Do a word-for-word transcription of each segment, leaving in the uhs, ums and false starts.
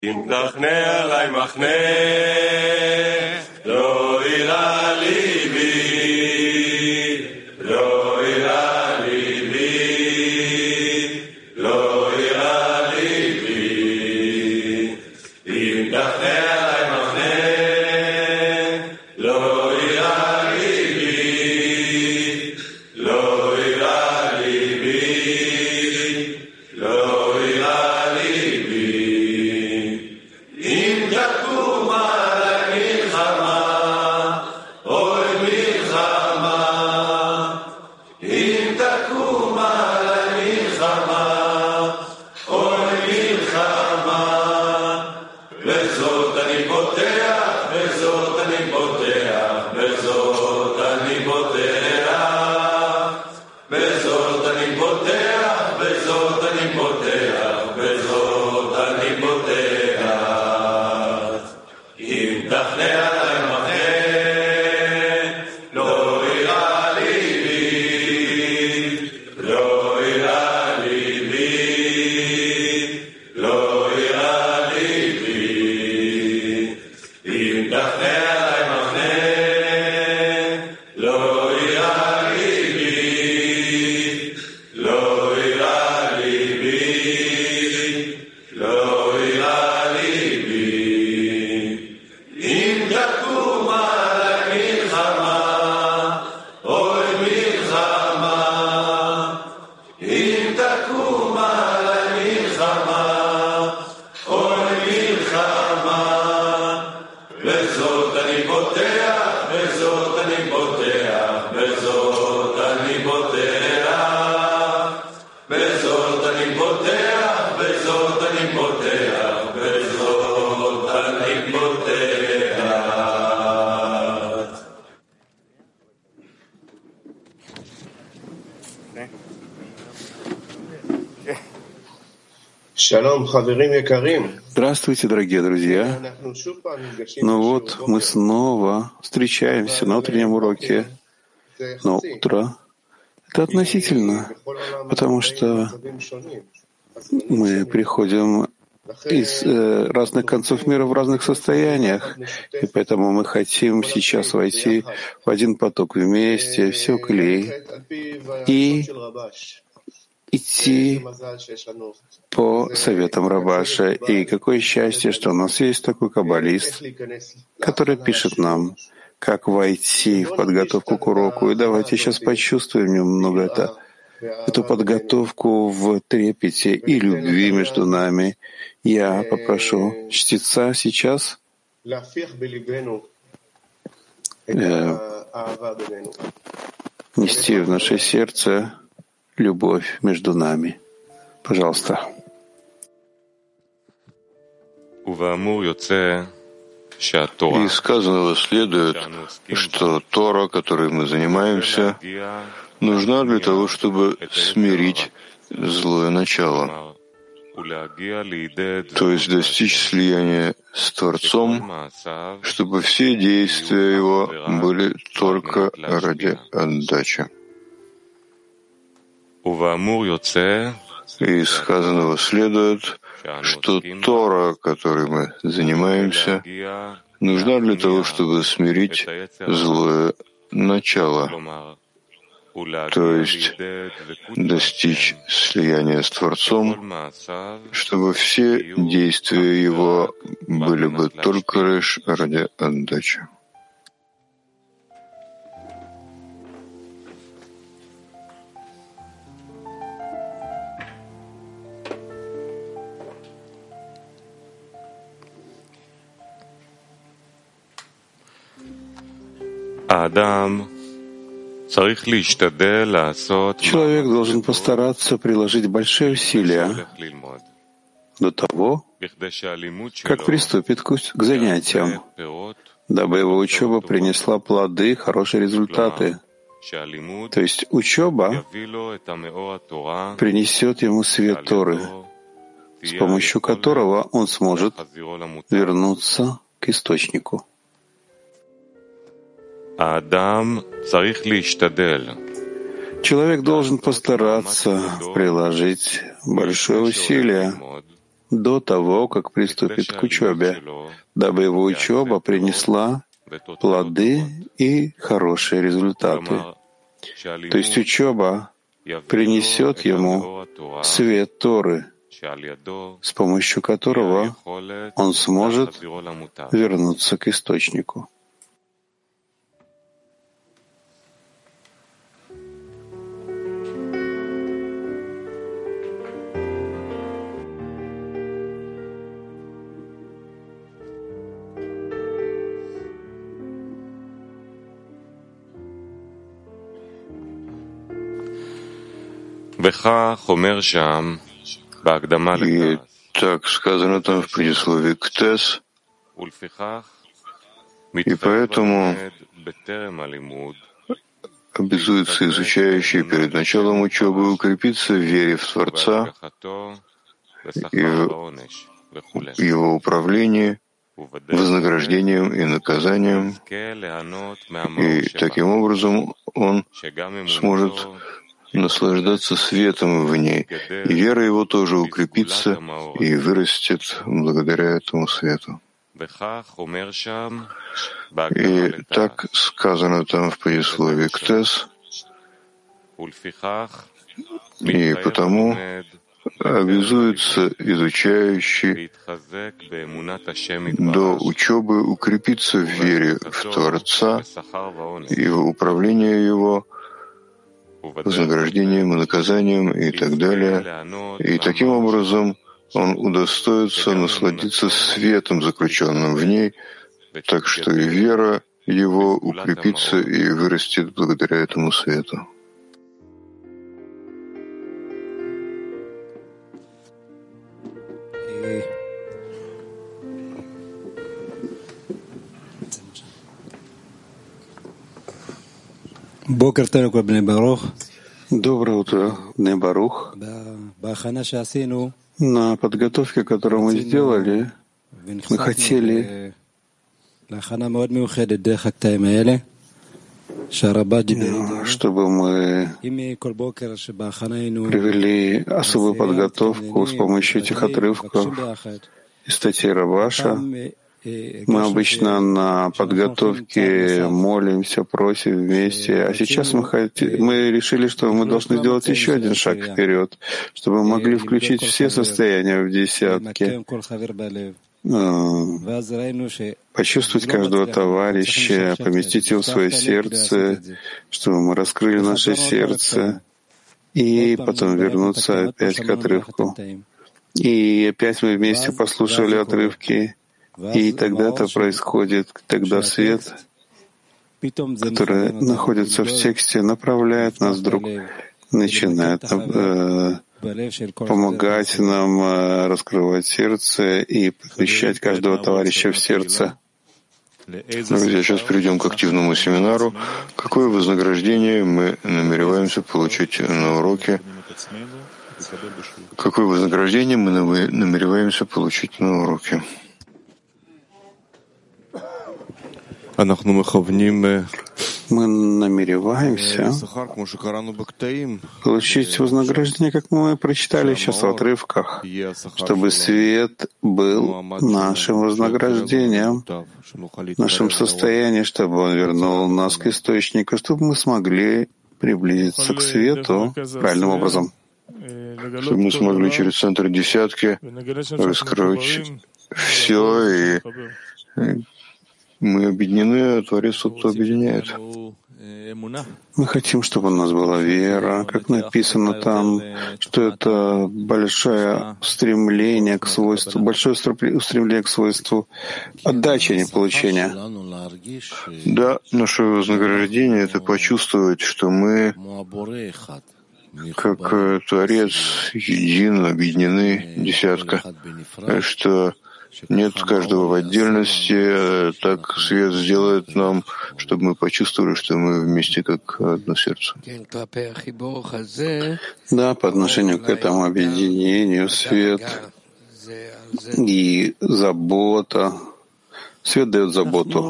אם תחנה עלי מחנה, לא אירע ליבי, לא אירע ליבי, לא אירע ליבי. אם תחנה עלי מחנה, לא אירע ליבי, לא אירע ליבי, לא אירע ליבי. אם תקום עלי מלחמה, אוי מלחמה, אם תקום עלי מלחמה, אוי מלחמה, בזאת אני פותח, בזאת אני פותח, בזאת אני פותח, בזאת אני פותח, בזאת אני פותח, בזאת אני פותח. אם תחנה עלי מחנה, לא אירע ליבי, לא אירע ליבי, לא אירע ליבי. אם תחנה עלי מחנה, לא אירע ליבי, לא אירע ליבי, לא אירע ליבי. אם תקום עלי מלחמה, אוי מלחמה, אם תקום עלי מלחמה, אוי מלחמה, בזאת אני פותח, בזאת אני פותח, בזאת אני פותח, בזאת אני פותח, בזאת אני פותח, בזאת אני פותח. Шалом, хаверим якарим. Здравствуйте, дорогие друзья. Ну вот, мы снова встречаемся на утреннем уроке. Но утро — это относительно, потому что мы приходим из э, разных концов мира в разных состояниях, и поэтому мы хотим сейчас войти в один поток вместе, все клей, и идти по советам Рабаша. И какое счастье, что у нас есть такой каббалист, который пишет нам, как войти в подготовку к уроку. И давайте сейчас почувствуем немного это, эту подготовку в трепете и любви между нами. Я попрошу чтеца сейчас э, нести в наше сердце любовь между нами. Пожалуйста. Из сказанного следует, что Тора, которой мы занимаемся, нужна для того, чтобы смирить злое начало, то есть достичь слияния с Творцом, чтобы все действия его были только ради отдачи. Из сказанного следует, что Тора, которой мы занимаемся, нужна для того, чтобы смирить злое начало, то есть достичь слияния с Творцом, чтобы все действия его были бы только лишь ради отдачи. Человек должен постараться приложить большие усилия до того, как приступит к занятиям, дабы его учеба принесла плоды, хорошие результаты. То есть учеба принесет ему свет Торы, с помощью которого он сможет вернуться к источнику. Человек должен постараться приложить большое усилие до того, как приступит к учебе, дабы его учеба принесла плоды и хорошие результаты. То есть учеба принесет ему свет Торы, с помощью которого он сможет вернуться к источнику. И так сказано там в предисловии к Тес, и поэтому обязуется изучающий перед началом учебы укрепиться в вере в Творца и в его управлении, вознаграждением и наказанием, и таким образом он сможет наслаждаться светом в ней, и вера его тоже укрепится и вырастет благодаря этому свету. И так сказано там в предисловии к Тес, и потому обязуется изучающий до учебы укрепиться в вере в Творца и в управление его, вознаграждением и наказанием и так далее. И таким образом он удостоится насладиться светом, заключенным в ней, так что и вера его укрепится и вырастет благодаря этому свету. Доброе утро, Бней Барух. На подготовке, которую мы сделали, мы хотели, чтобы мы привели особую подготовку с помощью этих отрывков из статей Рабаша. Мы обычно на подготовке молимся, просим вместе, а сейчас мы, хотим, мы решили, что мы должны сделать еще один шаг вперед, чтобы мы могли включить все состояния в десятки, почувствовать каждого товарища, поместить его в свое сердце, чтобы мы раскрыли наше сердце, и потом вернуться опять к отрывку. И опять мы вместе послушали отрывки, и тогда-то происходит, тогда свет, который находится в тексте, направляет нас вдруг, начинает э, помогать нам э, раскрывать сердце и помещать каждого товарища в сердце. Друзья, сейчас перейдем к активному семинару. Какое вознаграждение мы намереваемся получить на уроке? Какое вознаграждение мы намереваемся получить на уроке? Мы намереваемся получить вознаграждение, как мы прочитали сейчас в отрывках, чтобы свет был нашим вознаграждением, нашим состоянием, чтобы он вернул нас к источнику, чтобы мы смогли приблизиться к свету правильным образом. Чтобы мы смогли через центр десятки раскрыть все, и мы объединены, а Творец тот, кто объединяет. Мы хотим, чтобы у нас была вера, как написано там, что это большое стремление к свойству, большое устремление к свойству отдачи, а не получения. Да, наше вознаграждение — это почувствовать, что мы, как Творец, един, объединены, десятка, что нет каждого в отдельности, так свет сделает нам, чтобы мы почувствовали, что мы вместе как одно сердце. Да, по отношению к этому объединению свет и забота. Свет дает заботу.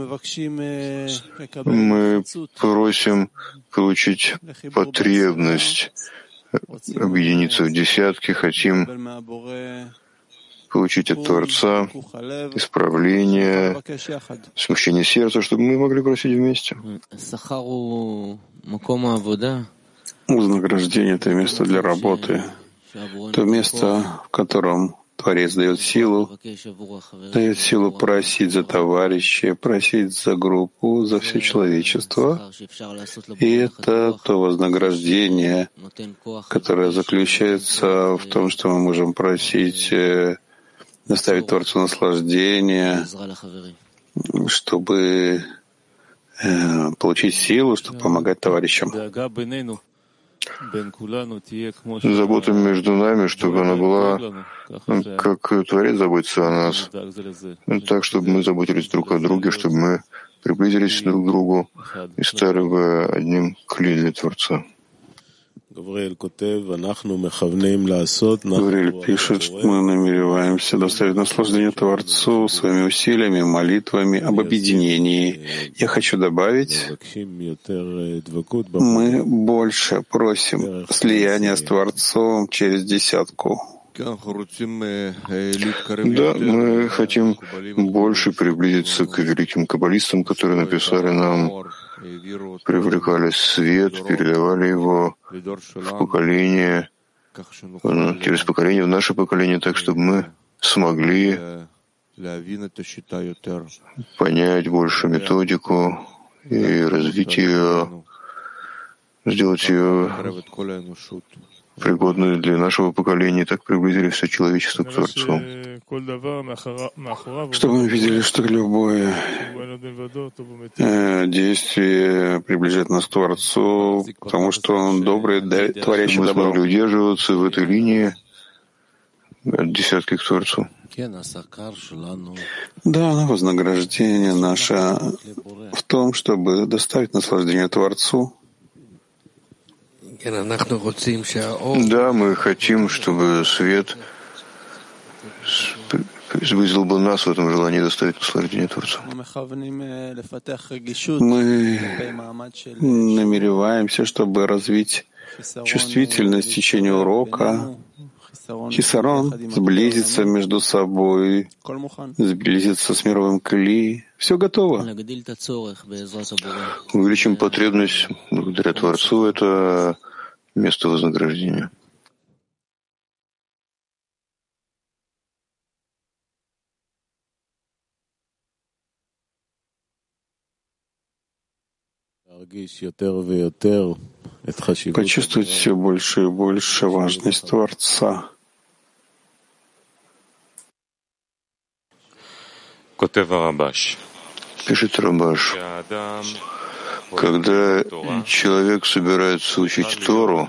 Мы просим получить потребность объединиться в десятки, хотим получить от Творца исправление, смягчение сердца, чтобы мы могли просить вместе. Вознаграждение — это место для работы, то место, в котором Творец дает силу, дает силу просить за товарищей, просить за группу, за все человечество. И это то вознаграждение, которое заключается в том, что мы можем просить доставить Творцу наслаждение, чтобы э, получить силу, чтобы помогать товарищам. Забота между нами, чтобы она была, как Творец заботится о нас, так, чтобы мы заботились друг о друге, чтобы мы приблизились друг к другу и стали бы одним кли для Творца. Гавриэль пишет, что мы намереваемся доставить наслаждение Творцу своими усилиями, молитвами об объединении. Я хочу добавить, мы больше просим слияния с Творцом через десятку. Да, мы хотим больше приблизиться к великим каббалистам, которые написали нам, привлекали свет, передавали его в поколение, через поколение, в наше поколение, так, чтобы мы смогли понять больше методику и развить ее, сделать ее пригодную для нашего поколения, и так приблизили все человечество к Творцу. Чтобы мы видели, что любое э, действие приближает нас к Творцу, потому что Он добрый, творящий мы добро. смогли удерживаться в этой линии от десятки к Творцу. Да, вознаграждение наше в том, чтобы доставить наслаждение Творцу. Да, мы хотим, чтобы свет вызвал бы нас в этом желании доставить наслаждение Творцу. Мы намереваемся, чтобы развить чувствительность в течение урока, хисарон, сблизиться между собой, сблизиться с мировым кли. Все готово. Увеличим потребность благодаря Творцу — это место вознаграждения. Почувствовать все больше и больше важность Творца. Пишет Рабаш, когда человек собирается учить Тору,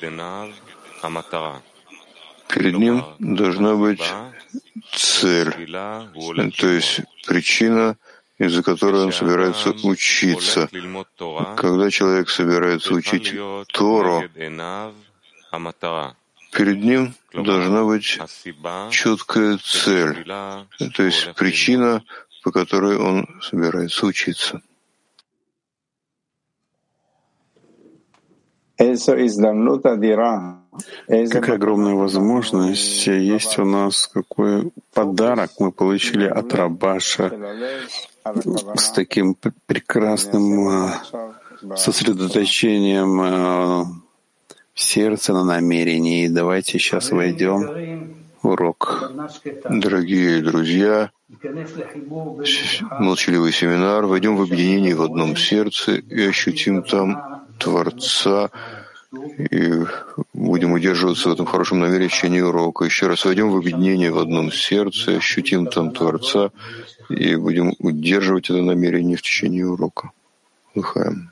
перед ним должна быть цель, то есть причина, из-за которой он собирается учиться. Когда человек собирается учить Тору, перед ним должна быть четкая цель, то есть причина, по которой он собирается учиться. Какая огромная возможность есть у нас, какой подарок мы получили от Рабаша с таким прекрасным сосредоточением в сердце на намерении. Давайте сейчас войдем в урок. Дорогие друзья, молчаливый семинар, войдем в объединение в одном сердце и ощутим там Творца, и будем удерживаться в этом хорошем намерении в течение урока. Еще раз войдем в объединение в одном сердце, ощутим там Творца, и будем удерживать это намерение в течение урока. Лыхаем.